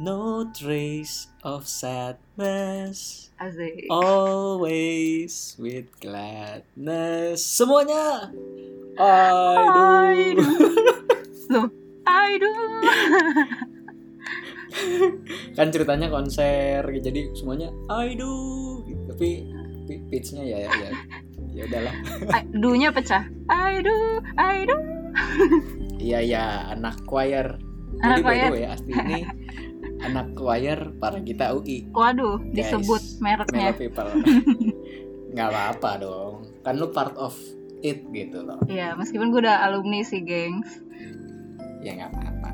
No trace of sadness, Asik. always with gladness. Semuanya I do. Loh, I do. Kan ceritanya konser, jadi semuanya I do. Tapi pitch-nya ya udahlah. Do-nya pecah. I do. Iya, anak choir. Anak Jadi by the choir. way, Asti ini anak choir para kita UI. Waduh, Guys, disebut mereknya. Mellow people. Nggak apa-apa dong. Kan lu part of it gitu loh. Iya, meskipun gue udah alumni sih, gengs. Ya nggak apa-apa.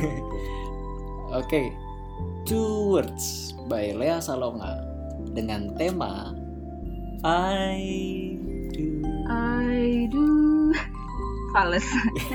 Oke. Two Words by Lea Salonga dengan tema I do. Fales.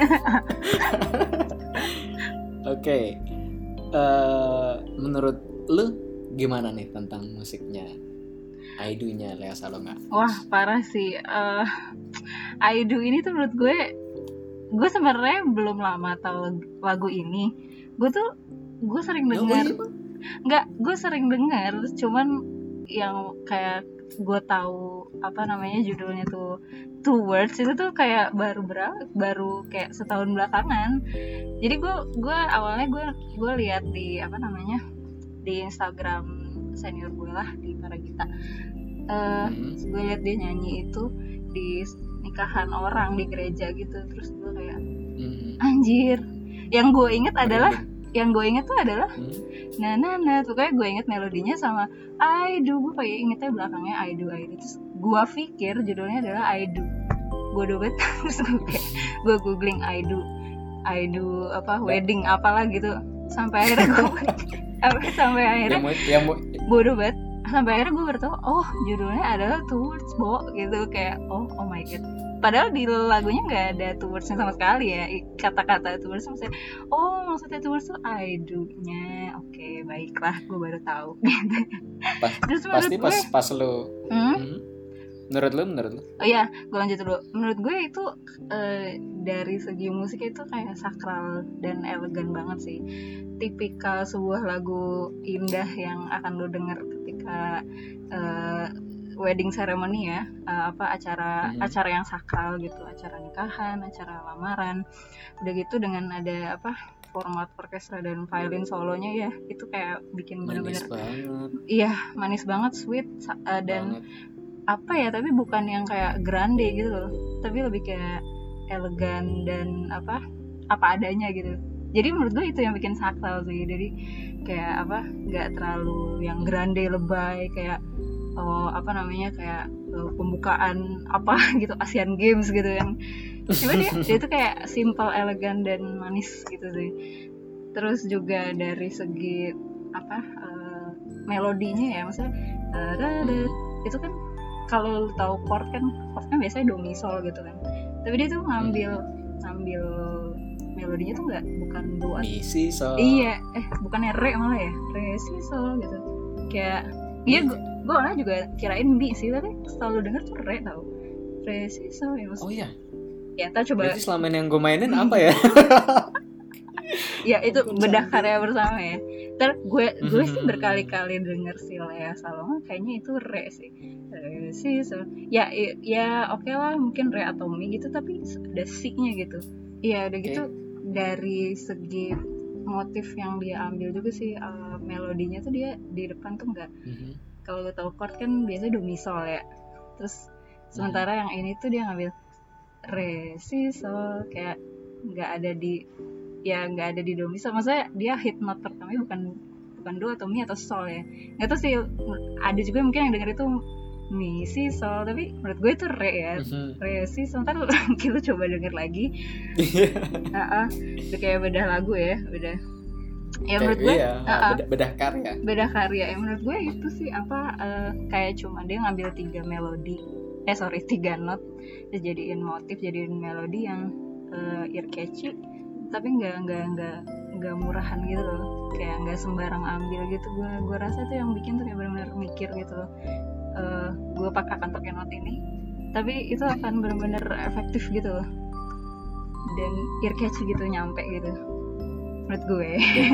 Oke. Menurut lu gimana nih tentang musiknya I Do-nya Lea Salonga? Wah, parah sih. I Do ini tuh menurut gue sebenarnya belum lama tahu lagu ini. Gue sering dengar. Enggak, gue sering dengar, cuman yang kayak gue tahu apa namanya judulnya tuh Two Words itu tuh kayak baru kayak setahun belakangan. Jadi gue awalnya gue lihat di apa namanya di Instagram senior gue lah, di Paragita. Gue lihat dia nyanyi itu di nikahan orang di gereja gitu, terus gue kayak anjir. Yang gue inget tuh adalah nah pokoknya gue inget melodinya sama I do. Gue kayak ingetnya belakangnya I do. Terus gue pikir judulnya adalah I do. Bodoh banget. Terus gue googling I do apa wedding apalah gitu, sampai akhirnya bodoh banget. Sampai akhirnya gue baru tahu, oh judulnya adalah Two Words, gitu. Kayak oh my god. Padahal di lagunya nggak ada two words-nya sama sekali ya, kata-kata two words maksudnya two words tuh I do-nya. Oke, baiklah, gue baru tahu. Pasti pas lu. Menurut lu? Oh iya, gue lanjut dulu. Menurut gue itu dari segi musik itu kayak sakral dan elegan banget sih. Tipikal sebuah lagu indah yang akan lo denger ketika wedding ceremony ya, acara yang sakral gitu, acara nikahan, acara lamaran. Udah gitu dengan ada format orkestra dan violin solonya ya, itu kayak bikin bener-bener manis banget, sweet dan banget. Tapi bukan yang kayak grande gitu loh, tapi lebih kayak elegan dan apa adanya gitu. Jadi menurut gue itu yang bikin sakral sih. Jadi kayak nggak terlalu yang grande lebay kayak kayak pembukaan gitu Asian Games gitu yang cuma dia itu kayak simple, elegan dan manis gitu sih. Terus juga dari segi melodinya ya, maksudnya itu kan kalau tahu chord kan biasanya do mi sol gitu kan, tapi dia tuh ngambil melodinya tuh bukan do mi si sol. Iya, bukannya re malah ya, re si sol gitu. Kayak gue awalnya juga kirain mi sih, tapi selalu denger tuh re tau, re si sol ya. Oh iya. Ya, ntar coba. Berarti selama yang gue mainin apa ya? Ya itu bedah karya bersama ya. Ntar gue sih berkali-kali denger si Lea Salonga kayaknya itu re sih. Re si sol. Ya oke lah, mungkin re atau mi gitu, tapi ada si-nya gitu. Iya, udah gitu dari segi motif yang dia ambil juga sih, melodinya tuh dia di depan tuh enggak. Kalau lo tahu chord kan biasanya do mi sol ya. Terus sementara yang ini tuh dia ngambil re si sol, kayak nggak ada di do mi sol. Maksudnya dia hit note pertamanya bukan do atau mi atau sol ya. Nggak tahu sih, ada juga mungkin yang denger itu mi si sol, tapi menurut gue itu re ya. Re si sol. Ntar kita coba denger lagi. Itu kayak bedah lagu ya, ya menurut gue bedah karya ya. Menurut gue itu sih kayak cuma dia ngambil 3 not, terus jadiin motif, jadiin melodi yang ear catchy, tapi nggak murahan gitu loh, kayak nggak sembarang ambil gitu. Gue rasa tuh yang bikin tuh kayak benar-benar mikir gitu loh. Gue akan pakai not ini, tapi itu akan benar-benar efektif gitu loh, dan ear catchy gitu, nyampe gitu. menurut gue.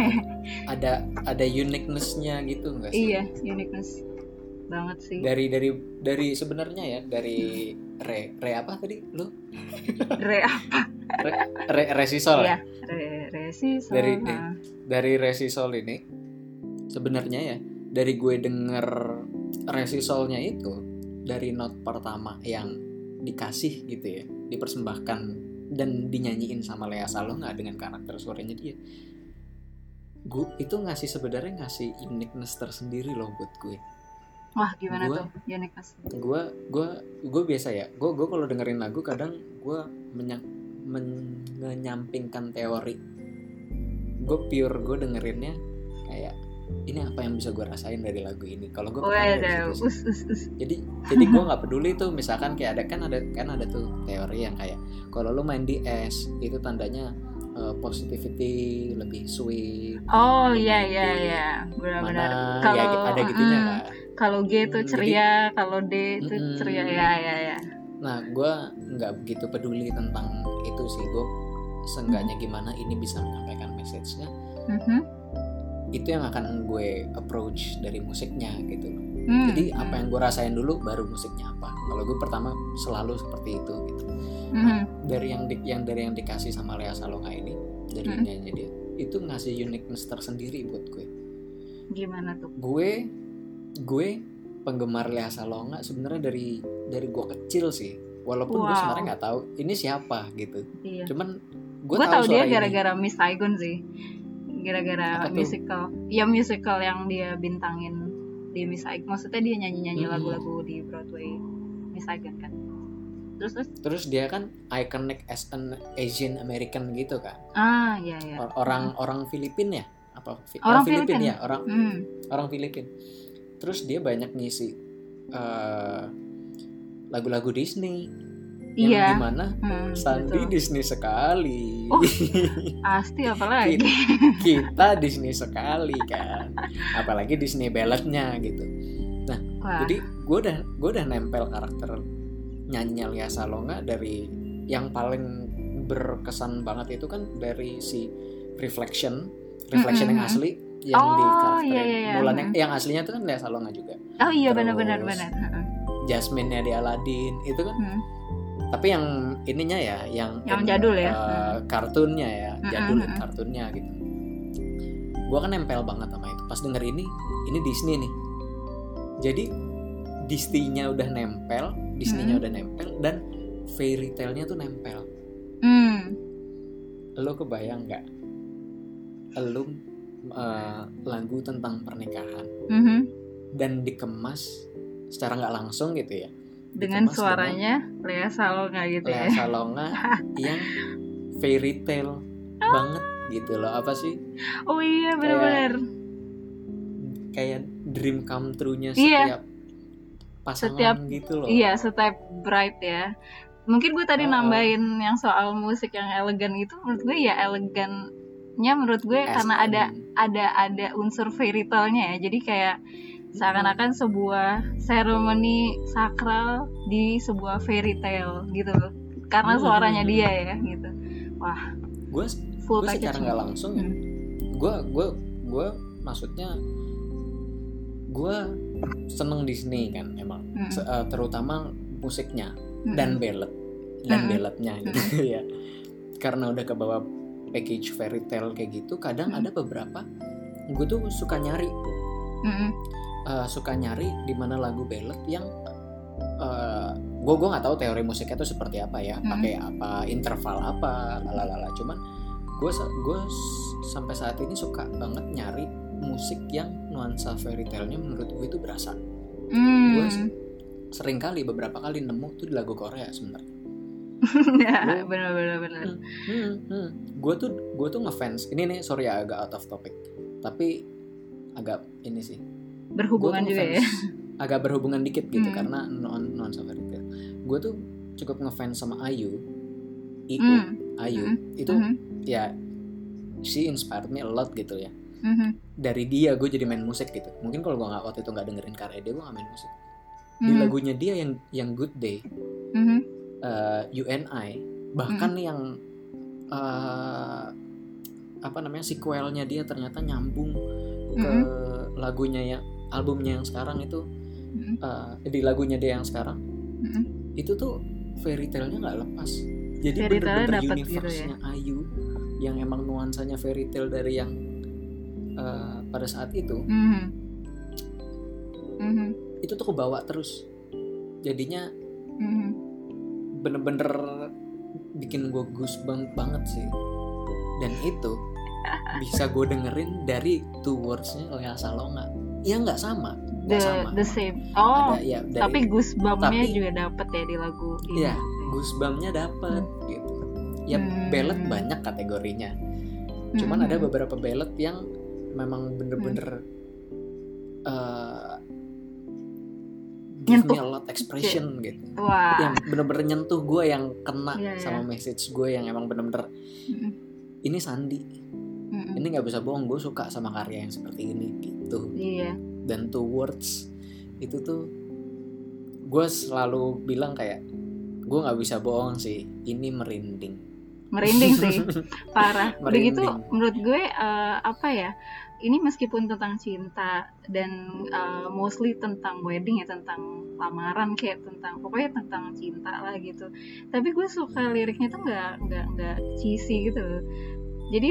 Ada uniqueness-nya gitu nggak sih? Iya, uniqueness banget sih. Dari sebenarnya ya, dari re apa tadi lu? Re apa? Resisol. Iya, Ya? resisol. Dari resisol ini sebenarnya ya, dari gue denger resisolnya itu dari not pertama yang dikasih gitu ya, dipersembahkan dan dinyanyiin sama Lea Salonga dengan karakter suaranya dia, gue itu sebenarnya ngasih uniqueness tersendiri loh buat gue. Wah, gimana tuh uniqueness? Gue biasa ya, gue kalau dengerin lagu kadang gue menyampingkan teori. Gue dengerinnya kayak ini apa yang bisa gue rasain dari lagu ini. Kalau gue pertama dari situ. Jadi gue nggak peduli tuh, misalkan kayak ada tuh teori yang kayak kalau lo main di es itu tandanya positivity, lebih sweet. Oh iya, benar-benar. Kalau ya, ada gitunya kan. Kalau G itu ceria, kalau D itu ceria, ya. Nah, gue nggak begitu peduli tentang itu sih. Gue seenggaknya gimana ini bisa menyampaikan message-nya. Itu yang akan gue approach dari musiknya gitu loh. Jadi apa yang gue rasain dulu baru musiknya apa. Kalau gue pertama selalu seperti itu gitu. Nah, dari yang dikasih sama Lea Salonga ini, dari nyanyi dia, itu ngasih uniqueness tersendiri buat gue. Gimana tuh? Gue penggemar Lea Salonga sebenarnya dari gue kecil sih. Walaupun gue sebenarnya nggak tahu ini siapa gitu. Iya. Cuman gue tahu dia ini gara-gara Miss Saigon sih. Gara-gara musical. Ya musical yang dia bintangin di Miss Saigon. Maksudnya dia nyanyi-nyanyi lagu-lagu di Broadway Miss Saigon kan. Terus dia kan iconic as an Asian American gitu kan. Iya. Orang Filipina ya? Orang Filipina ya, orang Filipina. Terus dia banyak ngisi lagu-lagu Disney yang dimana Sandi Disney sekali. Pasti apalagi kita Disney sekali kan, apalagi Disney balladnya gitu. Nah, jadi gue udah nempel karakter nyanyinya Lea Salonga dari yang paling berkesan banget itu kan dari si Reflection yang asli yang di karakter Mulan yang aslinya itu kan Lea Salonga juga. Oh iya, benar. Jasmine-nya di Aladdin itu kan. Tapi yang ininya ya, yang jadul ya, kartunnya ya, kartunnya gitu. Gue kan nempel banget sama itu. Pas denger ini Disney nih. Jadi Disney-nya udah nempel, dan fairy tale-nya tuh nempel. Lo kebayang nggak? Lo lagu tentang pernikahan dan dikemas secara nggak langsung gitu ya. Dengan suaranya Lea Salonga gitu ya. Lea Salonga yang fairy tale banget gitu loh. Apa sih? Oh iya, benar-benar. Kayak dream come true-nya setiap pasangan gitu loh. Iya, setiap bride ya. Mungkin gue tadi nambahin yang soal musik yang elegan itu, menurut gue ya elegannya menurut gue karena ada unsur fairy tale-nya ya. Jadi kayak seakan-akan sebuah seremoni sakral di sebuah fairy tale gitu loh, karena suaranya dia ya gitu. Wah, gue secara nggak langsung ya, gue maksudnya gue seneng Disney kan emang, terutama musiknya dan balladnya gitu ya, karena udah kebawa package fairy tale kayak gitu. Kadang ada beberapa gue tuh suka nyari di mana lagu ballad yang gue nggak tahu teori musiknya itu seperti apa ya, pakai apa, interval apa, lalala. Cuman gue sampai saat ini suka banget nyari musik yang nuansa fairy tale-nya menurut gue itu berasa. Gue beberapa kali nemu tuh di lagu Korea sebenarnya. Ya, benar. Gue tuh ngefans. Ini nih, sorry ya, agak out of topic, tapi agak ini sih. Berhubungan juga ya. Agak berhubungan dikit gitu karena nuansa fairy tale. Gue tuh cukup ngefans sama Ayu. Itu ya, she inspired me a lot gitu ya. Dari dia gue jadi main musik gitu. Mungkin kalau gue waktu itu nggak dengerin karya dia, gue nggak main musik. Di lagunya dia yang Good Day, You and I, bahkan yang sequelnya dia ternyata nyambung ke lagunya yang albumnya yang sekarang itu, di lagunya dia yang sekarang itu tuh fairy tale-nya nggak lepas. Jadi bener-bener universe-nya gitu ya? Ayu yang emang nuansanya fairy tale dari yang pada saat itu itu tuh kebawa terus. Jadinya bener-bener bikin gue goosebump banget sih. Dan itu bisa gue dengerin dari two words-nya Lea Salonga. Ya nggak sama. The same. Oh, ada, ya, tapi goosebump-nya juga dapet ya di lagu ini. Iya, goosebump-nya dapet gitu. Ya ballad banyak kategorinya. Cuman ada beberapa ballad yang memang bener-bener give me a lot expression gitu. Wah. Yang bener-bener nyentuh gue, yang kena sama message gue, yang emang bener-bener ini Sandi. Ini nggak bisa bohong, gue suka sama karya yang seperti ini gitu. Iya. Dan two words itu tuh gue selalu bilang kayak gue nggak bisa bohong sih, ini merinding sih, parah. Begitu menurut gue ini meskipun tentang cinta dan mostly tentang wedding ya, tentang lamaran, kayak pokoknya tentang cinta lah gitu. Tapi gue suka liriknya tuh nggak cheesy gitu. Jadi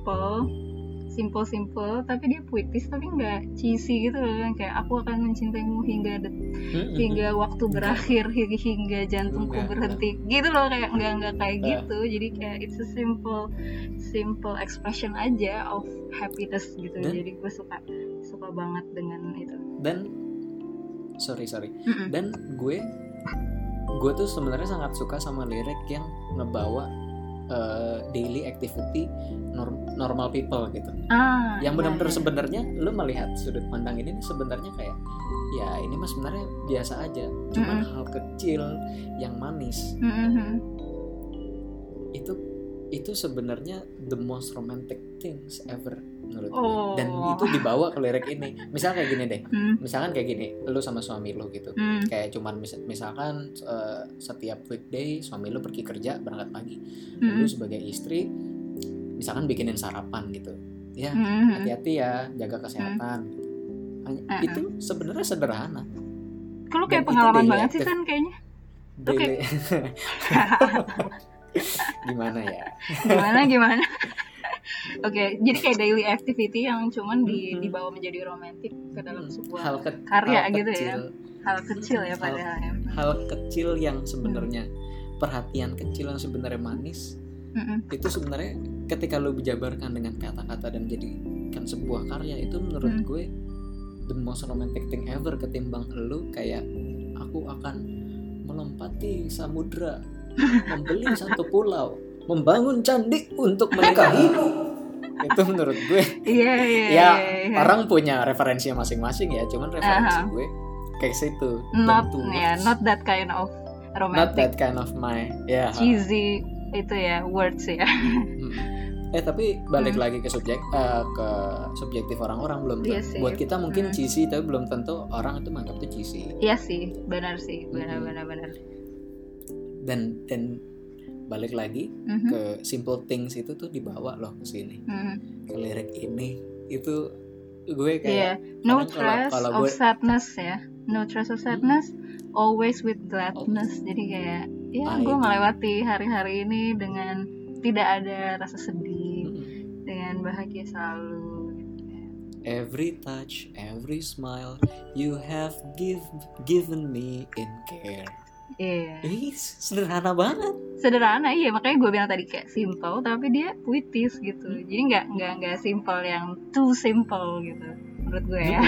simple tapi dia puitis tapi nggak cheesy gitu loh, kayak aku akan mencintaimu hingga waktu berakhir, hingga jantungku berhenti gitu loh, kayak nggak kayak gitu. Jadi kayak it's a simple expression aja of happiness gitu. Jadi gue suka banget dengan itu. Dan sorry dan gue tuh sebenarnya sangat suka sama lirik yang ngebawa daily activity normal people gitu. Yang benar-benar sebenarnya lu melihat sudut pandang ini sebenarnya kayak ya ini mah sebenarnya biasa aja, cuman hal kecil yang manis. Itu sebenarnya the most romantic things ever menurut gue. Dan itu dibawa ke lirik ini. Misalkan kayak gini deh. Misalkan kayak gini, lu sama suami lu gitu. Kayak cuman misalkan setiap weekday suami lu pergi kerja berangkat pagi. Lu sebagai istri misalkan bikinin sarapan gitu. Ya, hati-hati ya, jaga kesehatan. Itu sebenarnya sederhana. Kalau kayak pengalaman banget sih kan kayaknya. Daily. Gimana ya? Gimana? Oke, jadi kayak daily activity yang cuman dibawa menjadi romantis ke dalam sebuah karya gitu ya. Hal kecil ya padahal. Hal kecil yang sebenarnya perhatian kecil yang sebenarnya manis. Itu sebenarnya ketika lo dijabarkan dengan kata-kata dan jadikan sebuah karya, itu menurut gue the most romantic thing ever, ketimbang lo kayak aku akan melompati samudra, membeli satu pulau, membangun candi untuk menikahimu. Itu menurut gue ya orang punya referensinya masing-masing ya, cuman referensi gue kayak situ. Not that kind of romantic, not that kind of my cheesy itu ya words ya. Tapi balik lagi ke subjektif orang-orang, belum tentu. Buat kita mungkin cheesy, tapi belum tentu orang itu menganggap itu cheesy. Iya sih, benar sih, benar. Dan balik lagi ke simple things itu tuh dibawa loh ke sini, ke lirik ini. Itu gue kayak no trace of sadness ya, no trace of sadness, always with gladness. Jadi kayak gue melewati hari-hari ini dengan tidak ada rasa sedih, dengan bahagia selalu. Every touch, every smile you have given me in care. Sederhana banget. Sederhana, iya, makanya gue bilang tadi kayak simple tapi dia puitis gitu. Jadi nggak simple yang too simple gitu menurut gue ya.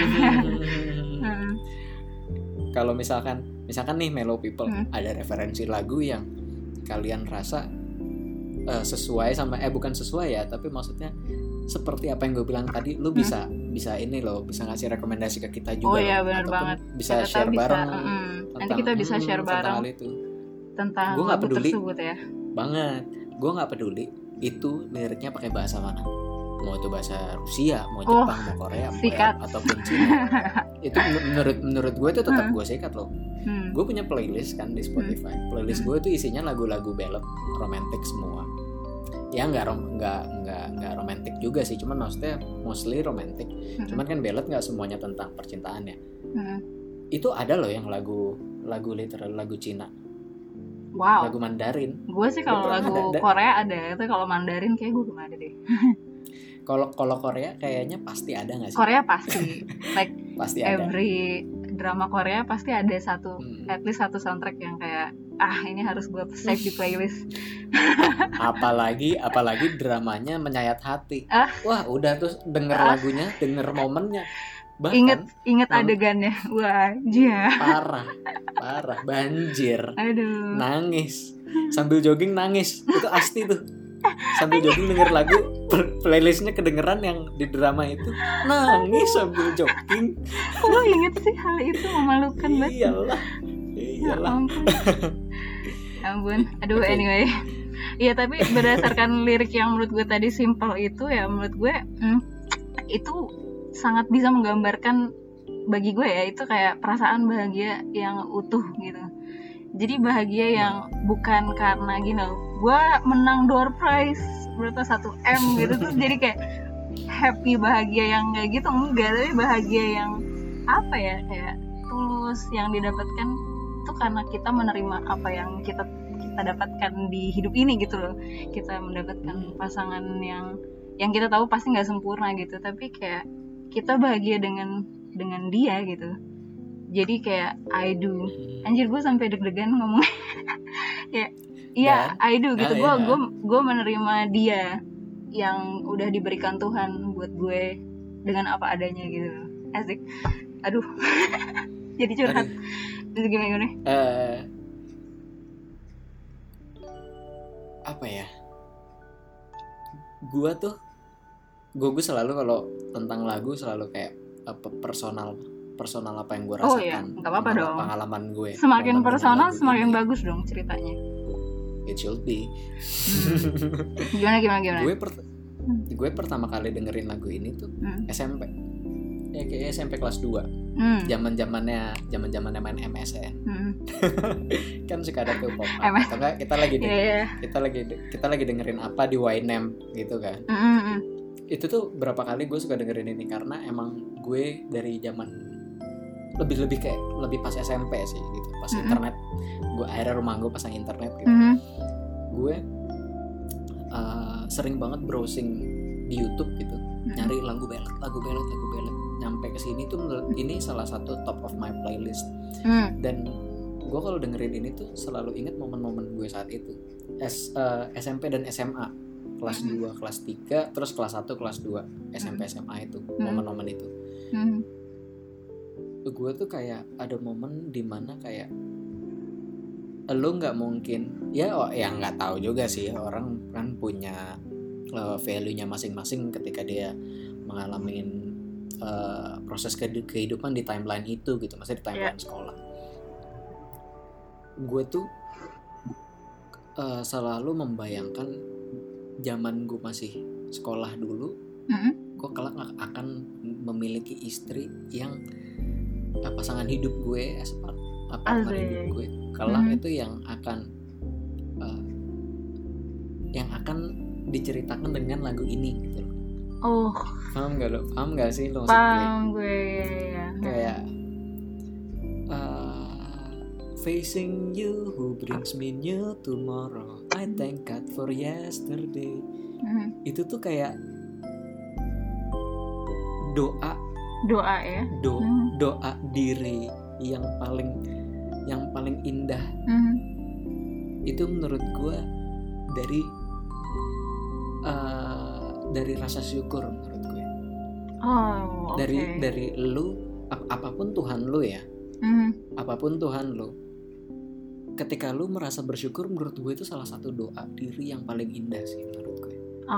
Kalau misalkan nih Mellow People ada referensi lagu yang kalian rasa sesuai sama bukan sesuai ya, tapi maksudnya seperti apa yang gue bilang tadi, lu bisa ini loh, bisa ngasih rekomendasi ke kita juga. Oh iya, benar banget. Bisa share bareng. Nanti kita bisa share bareng tentang lagu tersebut ya. Banget. Gue nggak peduli itu liriknya pakai bahasa mana. Mau itu bahasa Rusia, mau Jepang, mau Korea, ataupun Cina. Itu menurut gue itu tetap gue sikat loh. Gue punya playlist kan di Spotify. Playlist gue itu isinya lagu-lagu ballad romantic semua. ya nggak romantis juga sih, cuman maksudnya mostly romantis. Cuman kan ballad nggak semuanya tentang percintaan ya. Itu ada loh yang lagu literal lagu Cina. Wow. Lagu Mandarin. Gue sih kalau lagu Korea ada, tapi kalau Mandarin kayak gue belum ada deh. Kalau Korea kayaknya pasti ada nggak sih? Korea pasti, like pasti ada. Every drama Korea pasti ada satu, at least satu soundtrack yang kayak ini harus gue save di playlist. apalagi dramanya menyayat hati. Wah udah tuh denger lagunya, denger momennya. Ingat adegannya, wajah. Parah, banjir. Aduh. Nangis, sambil jogging nangis, itu pasti tuh. Sambil jogging denger lagu, playlistnya kedengeran yang di drama itu, nangis sambil jogging. Kok lo inget sih hal itu, memalukan banget. Iyalah. Ampun. Aduh, anyway. Iya, tapi berdasarkan lirik yang menurut gue tadi simple itu ya, menurut gue itu sangat bisa menggambarkan bagi gue ya, itu kayak perasaan bahagia yang utuh gitu. Jadi bahagia yang bukan karena gini loh, gue menang door prize berapa 1M gitu tuh jadi kayak happy bahagia yang kayak gitu, enggak, tapi bahagia yang apa ya, kayak tulus yang didapatkan itu karena kita menerima apa yang kita dapatkan di hidup ini gitu loh. Kita mendapatkan pasangan yang kita tahu pasti nggak sempurna gitu, tapi kayak kita bahagia dengan dia gitu. Jadi kayak I do, anjir gue sampai deg-degan ngomongnya. Kayak iya I do gitu. Gue menerima dia yang udah diberikan Tuhan buat gue dengan apa adanya gitu. Asik. Aduh. Jadi curhat. Terus gimana? Apa ya? Gue selalu kalau tentang lagu selalu kayak personal apa yang gue rasakan. Oh iya, nggak apa-apa dong. Pengalaman gue. Semakin personal, semakin bagus dong ceritanya. It should be. Gimana? Gue pertama kali dengerin lagu ini tuh SMP. Ya kayak SMP kelas 2. Zaman-zamannya main MSN. Kan suka ada tuh pop up. Atau enggak kita lagi dengerin apa di YNAB gitu kan. Itu tuh berapa kali gue suka dengerin ini karena emang gue dari zaman lebih pas SMP sih gitu, pas internet. Gue akhirnya rumah gue pasang internet gitu. Gue sering banget browsing di YouTube gitu, nyari lagu ballad. Nyampe ke sini tuh ini salah satu top of my playlist. Dan gue kalau dengerin ini tuh selalu inget momen-momen gue saat itu. SMP dan SMA, kelas 2, kelas 3, terus kelas 1, kelas 2, SMP SMA itu, momen-momen itu. Gue tuh kayak ada momen dimana kayak lo nggak mungkin ya nggak tahu juga sih, orang kan punya value-nya masing-masing ketika dia mengalami proses kehidupan di timeline itu gitu, maksudnya di timeline sekolah. Gue tuh selalu membayangkan zaman gue masih sekolah dulu, gue kelak akan memiliki istri yang pasangan hidup gue, partner hidup gue kelak itu yang akan diceritakan dengan lagu ini gitu loh. Oh, paham nggak sih lo maksud paham gue ya. Kayak facing you who brings me new tomorrow, I thank God for yesterday. Itu tuh kayak doa ya. Doa diri yang paling indah. Itu menurut gue dari rasa syukur menurut gue. Oh, okay. Dari lu apapun Tuhan lu ya. Apapun Tuhan lu. Ketika lu merasa bersyukur, menurut gue itu salah satu doa diri yang paling indah sih menurut gue.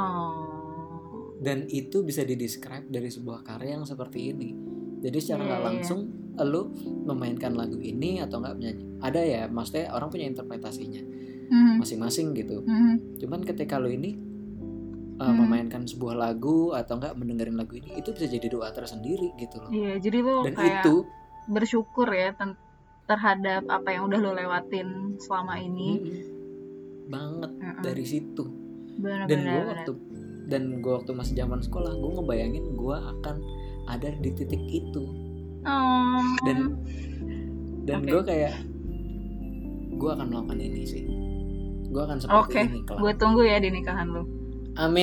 Dan itu bisa didescribe dari sebuah karya yang seperti ini. Jadi secara nggak langsung lu memainkan lagu ini atau nggak menyanyi. Ada ya, maksudnya orang punya interpretasinya masing-masing gitu. Cuman ketika lu ini memainkan sebuah lagu atau nggak mendengarin lagu ini, itu bisa jadi doa tersendiri gitu loh. Iya, jadi lu dan kayak itu bersyukur ya terhadap apa yang udah lu lewatin selama ini. Banget dari situ. Dan gue waktu masih zaman sekolah, gue ngebayangin gue akan ada di titik itu. Dan gue kayak, gue akan melakukan ini sih. Gue akan seperti ini kelak. Gue tunggu ya di nikahan lu. Amin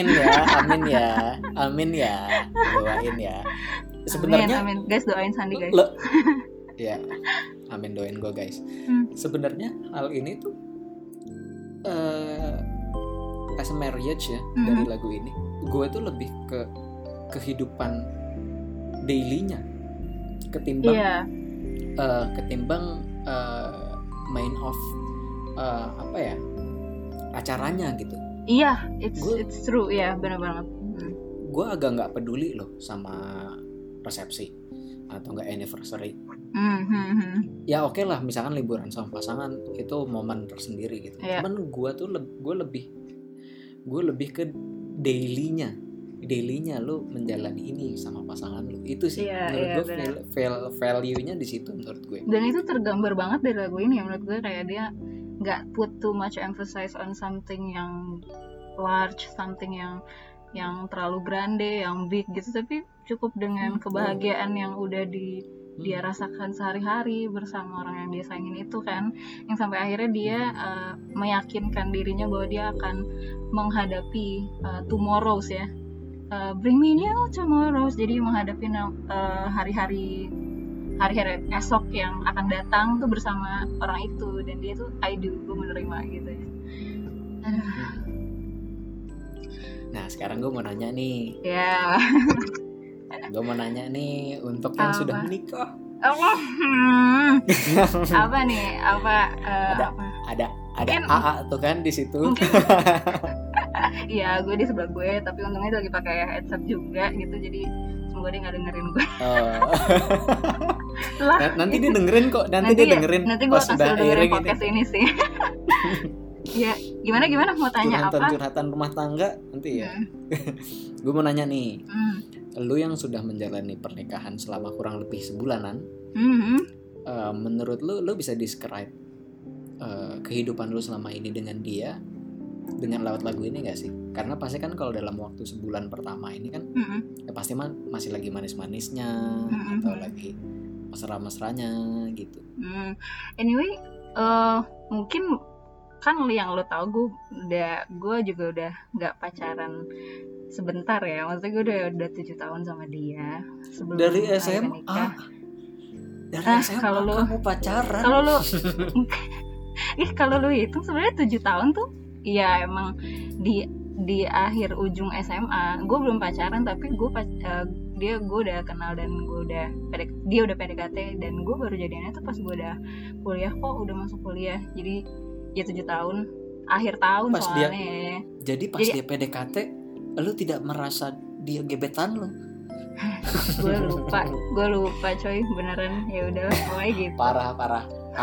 ya. Doain ya. Sebenarnya amin. Guys, doain Sandi guys. Ya, amin, doain gue guys. Sebenarnya hal ini tuh as a marriage ya, dari lagu ini, gue tuh lebih ke kehidupan dailynya ketimbang main of acaranya gitu. Iya, it's true ya, benar banget. Gue agak nggak peduli loh sama resepsi atau nggak anniversary. Ya oke lah, misalkan liburan sama pasangan itu momen tersendiri gitu. Cuman gue lebih ke dailynya lu menjalani ini sama pasangan lu. Itu sih menurut gue value-nya di situ menurut gue. Dan itu tergambar banget dari lagu ini ya, menurut gue. Kayak dia nggak put too much emphasis on something yang large, something yang terlalu grande, yang big gitu, tapi cukup dengan kebahagiaan yang udah dia rasakan sehari-hari bersama orang yang dia sayangin itu kan, yang sampai akhirnya dia meyakinkan dirinya bahwa dia akan menghadapi tomorrows ya, bring me new tomorrows, jadi menghadapi hari-hari esok yang akan datang tuh bersama orang itu, dan dia tuh I do, gue menerima gitu ya. Nah sekarang gue mau nanya nih. Ya. Gue mau nanya nih untuk yang sudah menikah. Apa nih? Ada AA tuh kan di situ. Iya, gue di sebelah gue, tapi untungnya dia lagi pakai headset juga gitu, jadi semoga dia nggak dengerin gue. Nanti dia dengerin kok, nanti gue akan dengerin podcast ini sih. Ya, gimana mau tanya curhatan rumah tangga nanti ya. Gue mau nanya nih, lu yang sudah menjalani pernikahan selama kurang lebih sebulanan, menurut lu bisa describe kehidupan lu selama ini dengan dia dengan lewat lagu ini gak sih? Karena pasti kan kalau dalam waktu sebulan pertama ini kan ya pasti masih lagi manis-manisnya atau lagi mesra-mesranya gitu. Anyway, mungkin kan yang lo tau gue juga udah nggak pacaran sebentar ya, maksudnya gue udah 7 tahun sama dia sebelum dari SMA. Dari SMA kalau kamu pacaran. Kalau lo hitung sebenarnya 7 tahun tuh ya emang di akhir ujung SMA. Gue belum pacaran, tapi gue udah kenal dan dia udah PDKT, dan gue baru jadiannya tuh pas gue udah kuliah udah masuk kuliah. Jadi ya 7 tahun akhir tahun pas soalnya. Jadi dia PDKT, lu tidak merasa dia gebetan lu? gue lupa coy, beneran. Ya udah pokoknya gitu. Parah.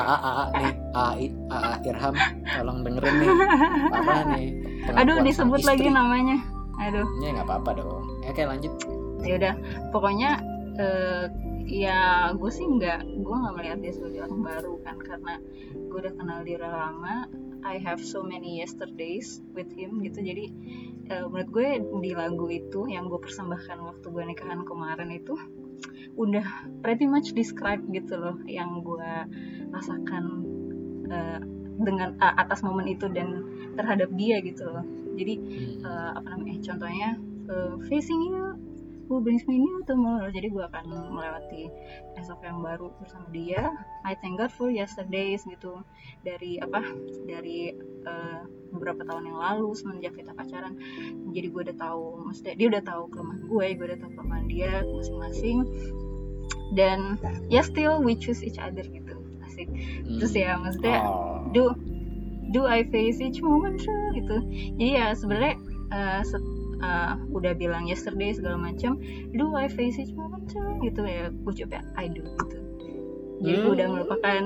AA Irham, tolong dengerin nih. Parah nih. Aduh, disebut lagi namanya. Aduh. Ya nggak apa-apa dong. Oke, lanjut. Ya udah, pokoknya ya gue nggak melihat dia sebagai orang baru kan, karena gue udah kenal dia udah lama. I have so many yesterdays with him gitu. Jadi menurut gue di lagu itu yang gue persembahkan waktu gue nikahan kemarin itu udah pretty much describe gitu loh yang gue rasakan dengan atas momen itu dan terhadap dia gitu loh. Jadi contohnya facing you who brings me new tomorrow. Jadi gue akan melewati esok yang baru bersama dia. I thank God for yesterdays gitu. Dari beberapa tahun yang lalu semenjak kita pacaran. Jadi gue udah tahu, maksudnya dia udah tahu kelemahan gue udah tahu kelemahan dia masing-masing. Dan ya still we choose each other gitu. Asik. Terus ya maksudnya do I face each moment gitu. Jadi ya sebenarnya udah bilang yesterday segala macam, do I face each moment gitu ya, gue coba I do gitu. Jadi gue udah melupakan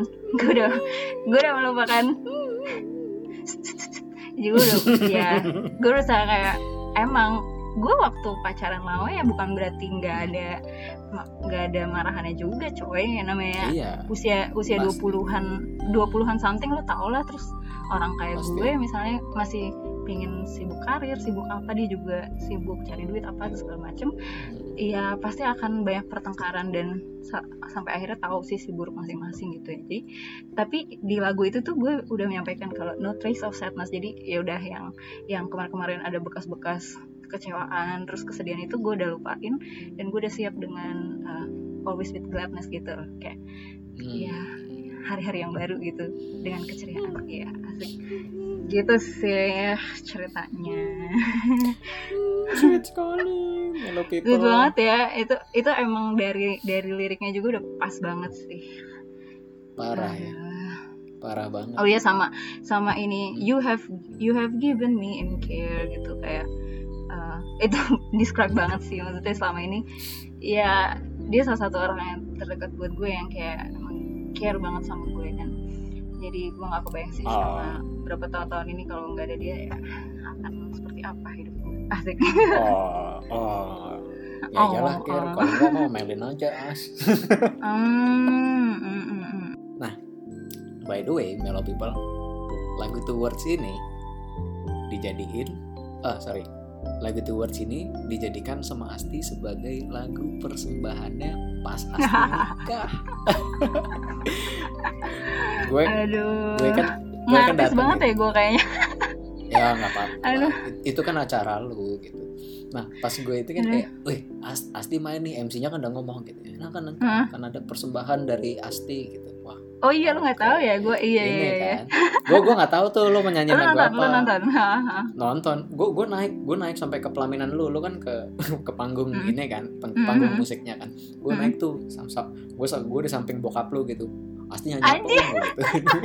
jadi gue udah kayak emang gue waktu pacaran lama ya bukan berarti nggak ada marahannya juga coy, namanya usia 20-an something lo tau lah. Terus orang kayak pasti. Gue misalnya masih pingin sibuk karir, sibuk apa, dia juga sibuk cari duit apa segala macem, ya pasti akan banyak pertengkaran dan sampai akhirnya tahu sisi buruk masing-masing gitu ya. Jadi tapi di lagu itu tuh gue udah menyampaikan kalau no trace of sadness. Jadi ya udah yang kemarin-kemarin ada bekas-bekas kekecewaan terus kesedihan itu gue udah lupain, dan gue udah siap dengan always with gladness gitu, kayak ya hari-hari yang baru gitu dengan keceriaan. Ya asik gitu sih ceritanya. Sweet sekali, Mellow People. Good banget ya, itu emang dari liriknya juga udah pas banget sih. Parah ya, parah banget. Oh iya, sama ini you have given me in care gitu, kayak itu describe banget sih, maksudnya selama ini ya dia salah satu orang yang terdekat buat gue yang kayak emang care banget sama gue, dan jadi gue nggak kebayang sih selama berapa tahun-tahun ini kalau nggak ada dia ya akan seperti apa hidup gue. Asik. Ya iyalah Ker, kalau nggak mau mailin aja As. Nah, by the way, Mellow People, lagu Towards ini lagu Towards ini dijadikan sama Asti sebagai lagu persembahannya pas Asti nikah. gue kan ngartis banget ya gue kayaknya. Ya nggak apa-apa, itu kan acara lu gitu. Nah pas gue itu kan kayak, wih Asti main nih, MC-nya kan udah ngomong gitu, nah kan ada persembahan dari Asti gitu. Wah, oh iya, lu nggak tahu ya, gue iya kan. gue nggak tahu tuh lu menyanyi lagu apa. Nonton. Gue naik sampai ke pelaminan lu kan ke panggung ini kan, panggung musiknya kan. Gue naik tuh, gue di samping bokap lu gitu. Asti nyanyi apa gitu.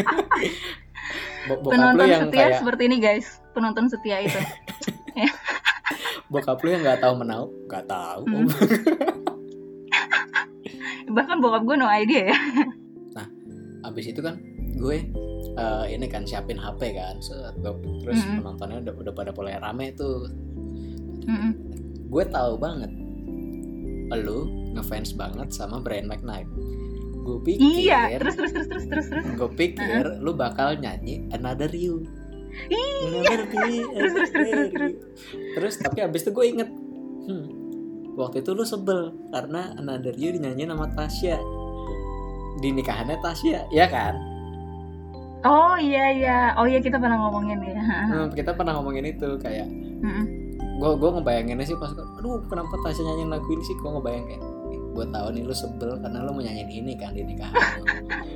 Penonton setia kayak, seperti ini guys, penonton setia itu. Bokap lu yang nggak tahu menau, nggak tahu. Bahkan bokap gue no idea ya. Nah, abis itu kan gue ini kan siapin HP kan, terus penontonnya udah pada mulai rame tuh. Gue tahu banget, lu ngefans banget sama Brian McKnight. Gue pikir, iya, terus. Gue pikir lu bakal nyanyi Another You. Terus tapi abis itu gue inget, waktu itu lu sebel karena Another You dinyanyiin sama Tasya di nikahannya Tasya, ya kan? Oh iya, kita pernah ngomongin ya. Kita pernah ngomongin itu kayak, gue ngebayanginnya sih pas, aduh kenapa Tasya nyanyiin lagu ini sih? Gue ngebayang kayak, gue tahu nih lu sebel karena lu mau nyanyiin ini kan di nikahan lu.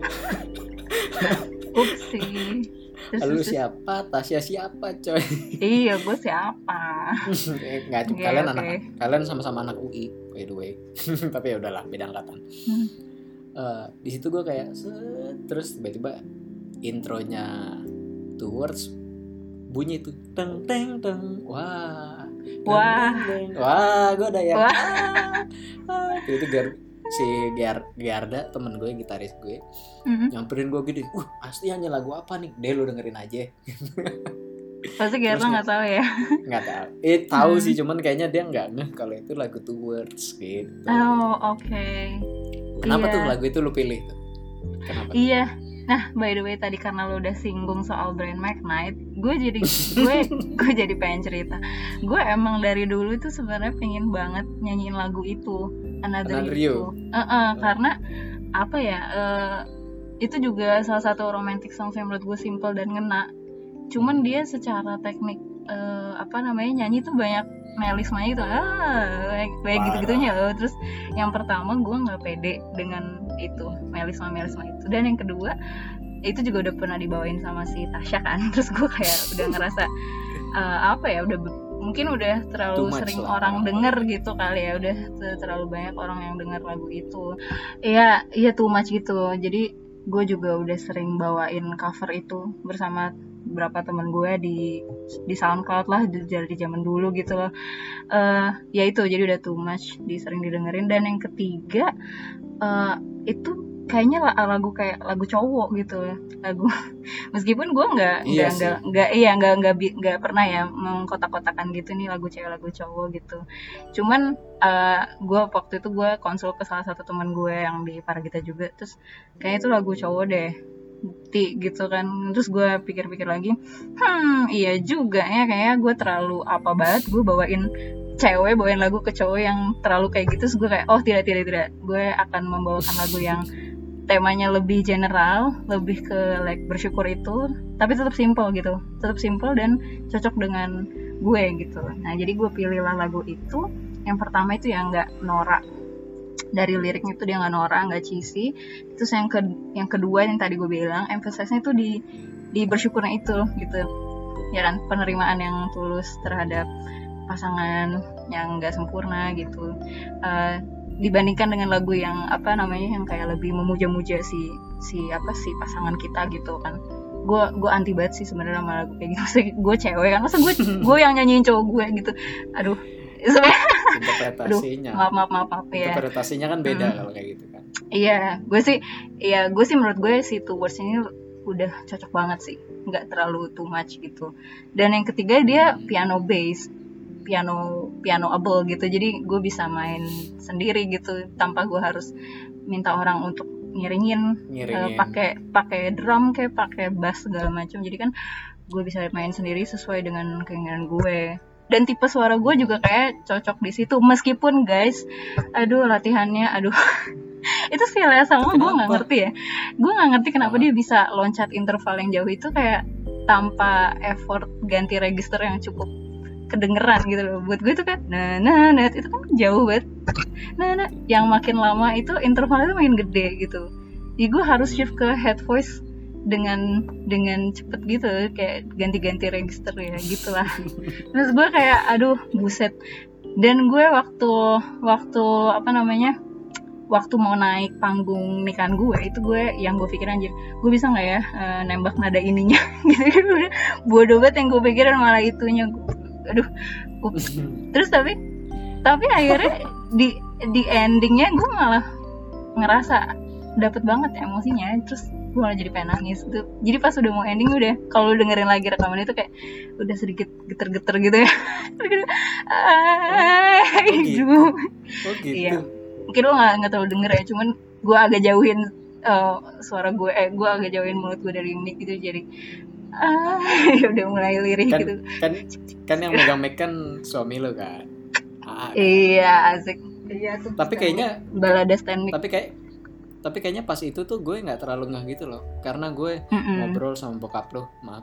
Upsi. Lu siapa? Tasya siapa coy? Iya, gue siapa? Nggak, kalian sama-sama anak UI by the way. Tapi ya udahlah, beda angkatan. Di situ gue kayak terus tiba-tiba intronya Towards bunyi tuh teng teng teng, wah gue udah ya. Itu si Giarda temen gue, gitaris gue, nyamperin gue gini, Asti nyanyi lagu apa nih? Deh lu dengerin aja. Pasti Giarda nggak tahu ya? Nggak tahu. Tahu sih, cuman kayaknya dia nggak ngeh kalau itu lagu Towards gitu. Oh oke. Kenapa tuh lagu itu lu pilih tuh? Kenapa? Iya. Nah, by the way tadi karena lo udah singgung soal Brian McKnight, gue jadi pengen cerita. Gue emang dari dulu itu sebenarnya pengen banget nyanyiin lagu itu, Another You. Karena apa ya? Itu juga salah satu romantic song yang menurut gue simple dan ngena. Cuman dia secara teknik nyanyi tuh banyak melismanya gitu, kayak gitu-gitunya loh. Terus yang pertama gue nggak pede dengan itu melisma itu, dan yang kedua itu juga udah pernah dibawain sama si Tasya kan. Terus gue kayak udah ngerasa mungkin udah terlalu sering orang denger gitu kali ya, udah terlalu banyak orang yang denger lagu itu. Iya too much gitu. Jadi gue juga udah sering bawain cover itu bersama beberapa teman gue di SoundCloud lah dari zaman dulu gitu loh. Ya itu jadi udah too much, sering didengerin. Dan yang ketiga itu kayaknya lagu kayak lagu cowok gitu, lagu meskipun gue nggak pernah ya mengkotak-kotakan gitu nih lagu cewek lagu cowok gitu. Cuman gue waktu itu gue konsul ke salah satu teman gue yang di Paragita juga, terus kayaknya itu lagu cowok deh bukti gitu kan. Terus gue pikir-pikir lagi, iya juga ya, kayaknya gue terlalu apa banget gue bawain lagu ke cowok yang terlalu kayak gitu. Terus gue kayak, oh tidak, gue akan membawakan lagu yang temanya lebih general, lebih ke like bersyukur itu, tapi tetap simple gitu, tetap simple dan cocok dengan gue gitu. Nah jadi gue pilihlah lagu itu. Yang pertama itu yang nggak norak, dari liriknya itu dia nggak norak, nggak cheesy. Terus yang kedua yang tadi gue bilang, emphasize-nya itu di bersyukurnya itu gitu, ya kan, penerimaan yang tulus terhadap pasangan yang nggak sempurna gitu. Dibandingkan dengan lagu yang apa namanya, yang kayak lebih memuja-muja si pasangan kita gitu kan. Gue anti banget sih sebenarnya sama lagu kayak gitu. Gue cewek kan, masa gue yang nyanyiin cowok gue gitu. Aduh, interpretasinya. Aduh, maaf ya. Interpretasinya kan beda kalau kayak gitu kan. Iya, gue sih menurut gue si Towards ini udah cocok banget sih, nggak terlalu too much gitu. Dan yang ketiga dia piano bass, pianoable gitu, jadi gue bisa main sendiri gitu tanpa gue harus minta orang untuk ngiringin. pakai drum kayak pakai bass segala macam. Jadi kan gue bisa main sendiri sesuai dengan keinginan gue, dan tipe suara gue juga kayak cocok di situ. Meskipun guys, latihannya itu feel sama gue nggak ngerti kenapa dia bisa loncat interval yang jauh itu kayak tanpa effort ganti register yang cukup kedengeran gitu loh. Buat gue itu kan nah itu kan jauh banget. Nah yang makin lama itu intervalnya makin gede gitu. Jadi gue harus shift ke head voice dengan cepet gitu, kayak ganti-ganti register ya gitulah. Terus gue kayak buset. Dan gue waktu mau naik panggung nikahan gue itu, yang gue pikir anjir, gue bisa nggak ya nembak nada ininya gitu. Bodoh banget yang gue pikirin malah itunya. Terus tapi akhirnya di endingnya gue malah ngerasa dapet banget emosinya. Terus gue malah jadi pengen nangis tuh. Jadi pas udah mau ending, udah kalau dengerin lagi rekaman itu kayak udah sedikit geter-geter gitu ya. Gitu. Iya, mungkin lo nggak terlalu denger ya, cuman gue agak jauhin suara gue, gue agak jauhin mulut gue dari mic gitu, jadi udah mulai lirih kan, gitu. Kan yang megang mic kan suami lo kan. Iya, asik. Iya tuh. Tapi kayaknya balada stand mic. Tapi kayaknya pas itu tuh gue nggak terlalu ngeh gitu loh, karena gue ngobrol sama bokap lo, maaf.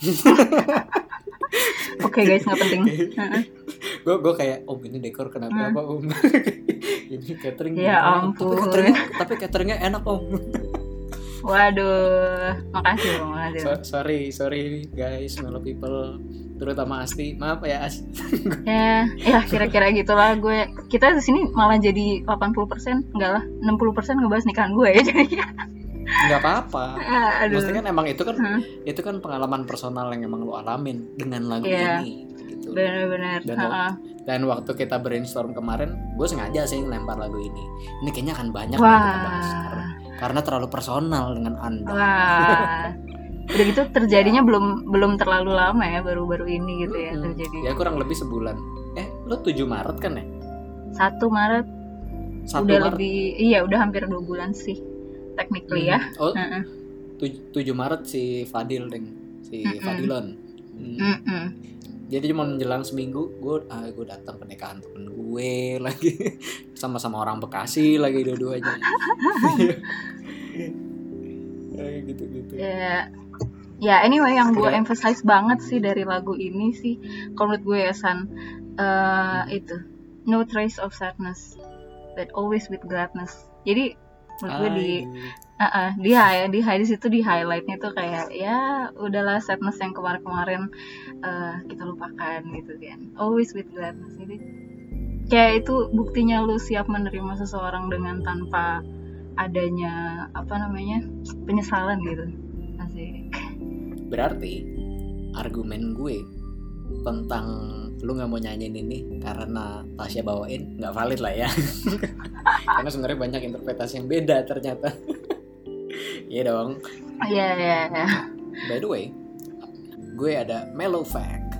Oke guys, nggak penting. Gue kayak, ini dekor kenapa om? Ini catering. Ya ampun. Tapi cateringnya enak om. Waduh, makasih. Sorry guys, Melo people, terutama Asti, maaf ya As. ya kira-kira gitulah. Kita di sini malah jadi 80%, enggak lah, 60% ngebahas nikahan gue ya jadinya. Nggak apa-apa. Maksudnya kan emang itu kan pengalaman personal yang emang lo alamin dengan lagu ini gitu. Benar-benar. Dan waktu kita brainstorm kemarin, gue sengaja sih ngelempar lagu ini. Ini kayaknya akan banyak yang kita bahas karena terlalu personal dengan Anda. Wah. Udah gitu terjadinya belum terlalu lama ya, baru-baru ini gitu ya terjadi. Ya kurang lebih sebulan. Lo 7 Maret kan ya? 1 Maret. 1 udah Maret. Udah hampir 2 bulan sih. Technically ya. 7 Maret si Fadil Fadilon. Jadi cuma menjelang seminggu gue datang ke nikahan temen gue lagi, sama-sama orang Bekasi lagi dua-duanya. Gitu. Ya anyway, yang gue emphasize banget sih dari lagu ini sih, kalau menurut gue ya San, itu no trace of sadness but always with gladness. Jadi menurut gue di situ di highlightnya tuh kayak ya udahlah, sadness yang kemarin kita lupakan gitu kan, always with gladness. Jadi kayak itu buktinya lu siap menerima seseorang dengan tanpa adanya penyesalan gitu. Asik. Berarti argumen gue tentang lu nggak mau nyanyiin ini karena Tasya bawain nggak valid lah ya. Karena sebenarnya banyak interpretasi yang beda ternyata. Iya dong. Iya. By the way, gue ada mellow fact.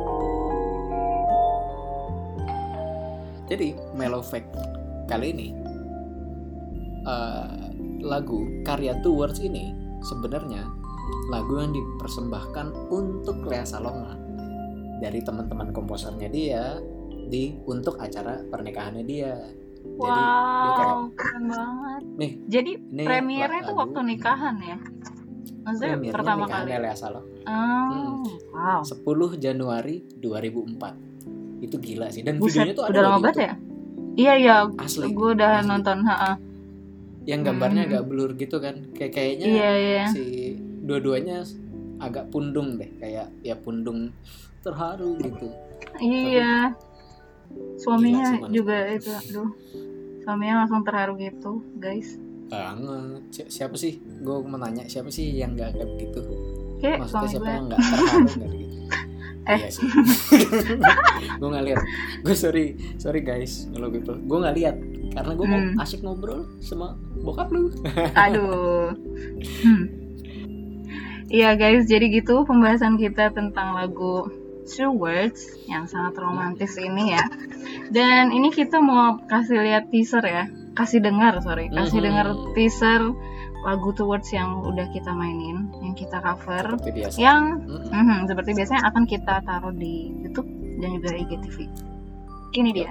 Jadi mellow fact kali ini, lagu karya Towards ini sebenarnya lagu yang dipersembahkan untuk Lea Salonga dari teman-teman komposernya dia untuk acara pernikahannya dia. Jadi dia kayak keren banget. Nih, jadi premiernya tuh waktu nikahan ya? Maksudnya pertama kali Lea Salonga. Wow. 10 Januari 2004. Itu gila sih. Dan Buset, videonya tuh ada udah lama banget ya? Iya. Asli. Gue udah asli. nonton. Yang gambarnya agak blur gitu kan. Kayaknya si dua-duanya agak pundung deh. Kayak ya pundung terharu gitu. Iya. Suaminya juga itu. Aduh. Suaminya langsung terharu gitu, guys. Banget. Siapa sih? Gue mau nanya siapa sih yang gak kayak begitu? Maksudnya siapa yang gak terharu gak gitu? Iya sih. Gue gak lihat. Gue sorry guys kalau gitu. Gue gak lihat karena gue mau asik ngobrol sama bokap lu. Aduh. Iya guys, jadi gitu pembahasan kita tentang lagu True Words yang sangat romantis ini ya. Dan ini kita mau kasih lihat teaser ya. Kasih dengar teaser lagu True Words yang udah kita mainin, yang kita cover, seperti biasa. Yang seperti biasanya akan kita taruh di YouTube dan juga IGTV. Ini dia.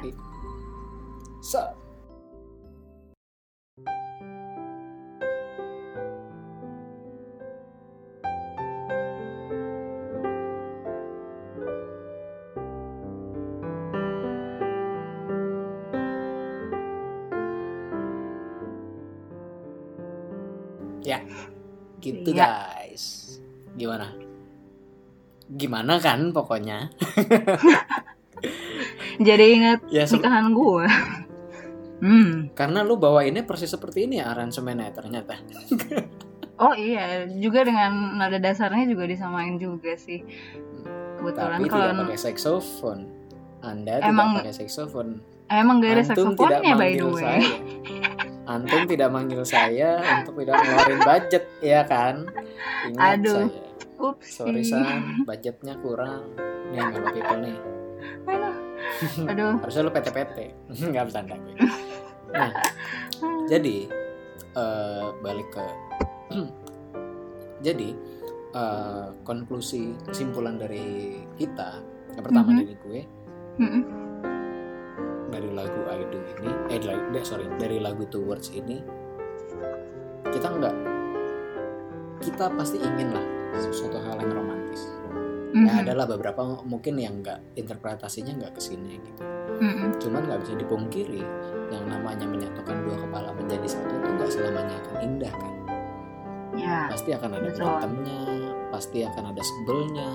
Ya, gitu guys. Gimana kan pokoknya. Jadi ingat nikahan gue. Karena lu bawainnya persis seperti ini ya aransemennya ternyata. Oh iya, juga dengan nada dasarnya juga disamain juga sih. Kebetulan tapi tidak pakai saksofon. Anda tidak pakai saksofon. Emang gak ada saksofonnya by the way. Antum tidak manggil saya untuk tidak ngeluarin budget, ya kan? Ingat saya. Sorry San, budgetnya kurang. Nih Melo People nih. Aduh. Harusnya lu PT-PT. Nggak bercanda gue. Nah, jadi balik ke jadi konklusi kesimpulan dari kita yang pertama dari gue dari lagu I Do ini dari lagu Two Words ini kita pasti ingin lah sesuatu hal yang romantis. Ya adalah beberapa mungkin yang interpretasinya nggak kesini gitu. Cuman nggak bisa dipungkiri yang namanya menyatukan dua kepala menjadi satu itu nggak selamanya akan indah kan. Ya, pasti akan ada berantemnya, pasti akan ada sebelnya,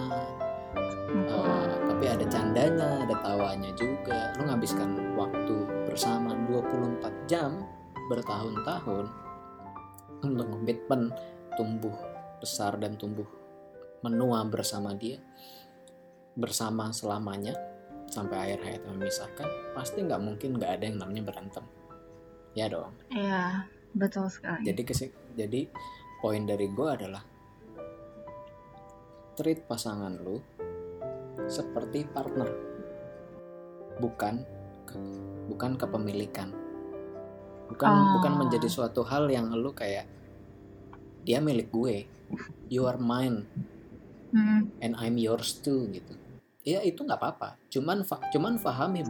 tapi ada candanya, ada tawanya juga. Lu ngabiskan waktu bersama 24 jam bertahun-tahun untuk komitmen tumbuh besar dan tumbuh menua bersama dia, bersama selamanya sampai akhir hayat memisahkan. Pasti nggak mungkin nggak ada yang namanya berantem, ya dong. Iya, betul sekali. Jadi poin dari gue adalah treat pasangan lu seperti partner, bukan kepemilikan, bukan menjadi suatu hal yang lu kayak dia milik gue, you are mine, and I'm yours too gitu. Ya itu nggak apa-apa, cuman fahami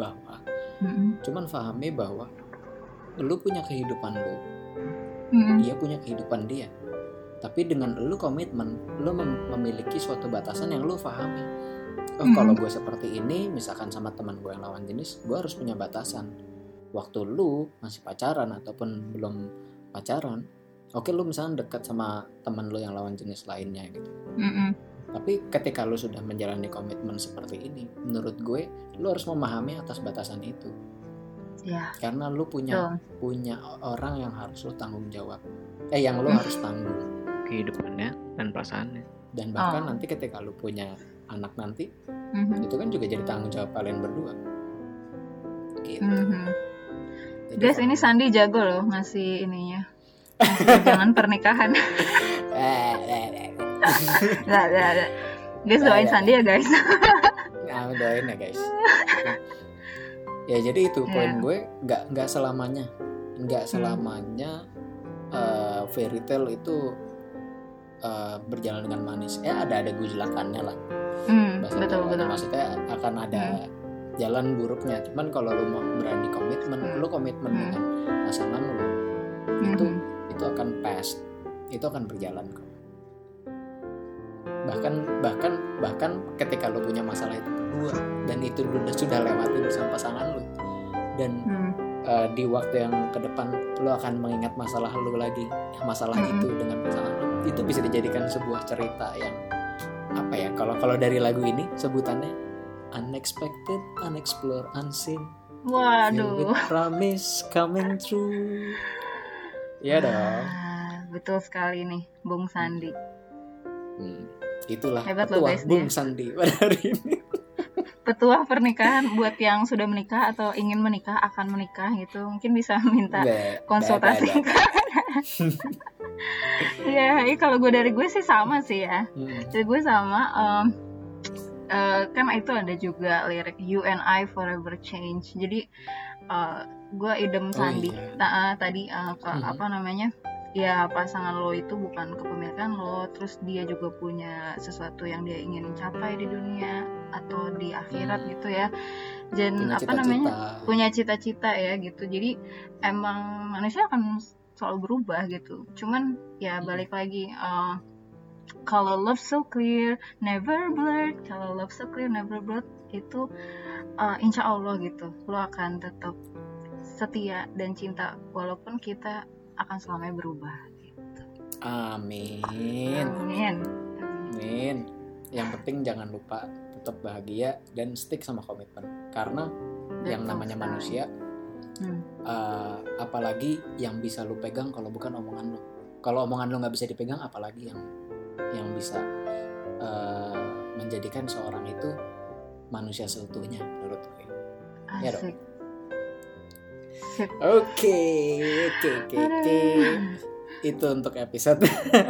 bahwa lu punya kehidupan lu, dia punya kehidupan dia. Tapi dengan lu komitmen, lu memiliki suatu batasan yang lu pahami. Kalau gue seperti ini, misalkan sama teman gue yang lawan jenis, gue harus punya batasan. Waktu lu masih pacaran ataupun belum pacaran, oke lu misalnya dekat sama teman lu yang lawan jenis lainnya gitu. Tapi ketika lu sudah menjalani komitmen seperti ini, menurut gue, lu harus memahami atas batasan itu. Ya. Karena lu punya orang yang harus lu tanggung jawab. Yang lu harus tanggung kehidupannya dan perasaannya. Dan bahkan nanti ketika lu punya anak nanti, itu kan juga jadi tanggung jawab kalian berdua. Gitu. Guys, ini Sandi jago loh ngasih ininya. Jangan pernikahan. Guys, doain Sandi ya guys. Doain ya guys. Ya jadi itu poin gue, nggak selamanya fairy tale itu berjalan dengan manis. Ada gejolakannya lah. Betul. Maksudnya akan ada jalan buruknya. Cuman kalau lu mau berani komitmen, lu komitmen dengan pasangan lu, itu akan past, itu akan berjalan kok. Bahkan ketika lu punya masalah itu berdua dan itu sudah lewati bersama pasangan lu, dan di waktu yang ke depan lu akan mengingat masalah lu lagi, masalah itu dengan pasangan lu, itu bisa dijadikan sebuah cerita yang apa ya, kalau dari lagu ini sebutannya unexpected, unexplored, unseen. Waduh. With promise coming true. Ya dong. Betul sekali nih, Bung Sandi. Itulah hebat petuah guys, Bung Sandi pada hari ini. Petuah pernikahan buat yang sudah menikah atau ingin menikah, akan menikah gitu, mungkin bisa minta konsultasi. Ya, kalau dari gue sih sama sih ya. Dari gue sama. Kan itu ada juga lirik You and I Forever Change. Jadi gue idem Sandi tadi apa namanya, ya pasangan lo itu bukan kepemilikan lo, terus dia juga punya sesuatu yang dia ingin capai di dunia atau di akhirat gitu ya, dan punya cita-cita ya gitu. Jadi emang manusia akan selalu berubah gitu. Cuman ya balik lagi, kalau love so clear never blurred, kalau love so clear never blurred itu insya Allah gitu lo akan tetap setia dan cinta walaupun kita akan selamanya berubah gitu. Amin. Yang penting jangan lupa tetap bahagia dan stick sama komitmen, karena yang namanya manusia apalagi yang bisa lu pegang kalau bukan omongan lu. Kalau omongan lu nggak bisa dipegang, apalagi yang bisa menjadikan seorang itu manusia seutuhnya menurut gue. Ya dong. Oke. Itu untuk episode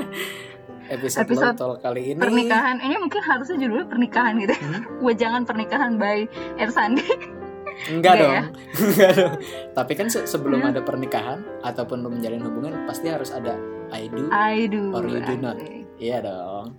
Lotol kali ini. Pernikahan ini mungkin harusnya judulnya pernikahan gitu. Wejangan pernikahan by Ersandi. Enggak dong. Ya? Enggak dong. Tapi kan sebelum ada pernikahan ataupun lo menjalin hubungan pasti harus ada I do or you do not. Iya dong.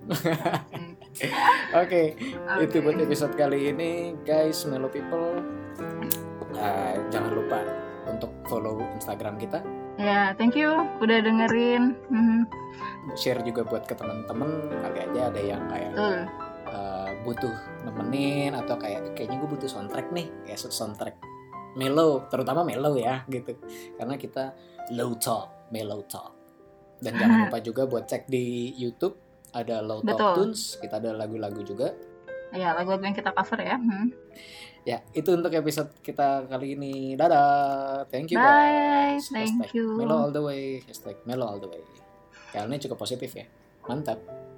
Oke. Itu buat episode kali ini, guys, Melo People. Jangan lupa untuk follow Instagram kita. Ya, thank you udah dengerin. Share juga buat ke teman-teman, kali aja ada yang kayak butuh nemenin atau kayaknya gue butuh soundtrack nih, kayak soundtrack Melo, terutama Melo ya gitu. Karena kita low talk, Melo talk. Dan jangan lupa juga buat cek di YouTube, ada Low Talk Tunes, kita ada lagu-lagu juga. Ya, lagu-lagu yang kita cover ya. Ya, itu untuk episode kita kali ini. Dadah. Thank you guys. Thank you. Melo all the way. #Melo all the way. Kayaknya cukup positif ya. Mantap.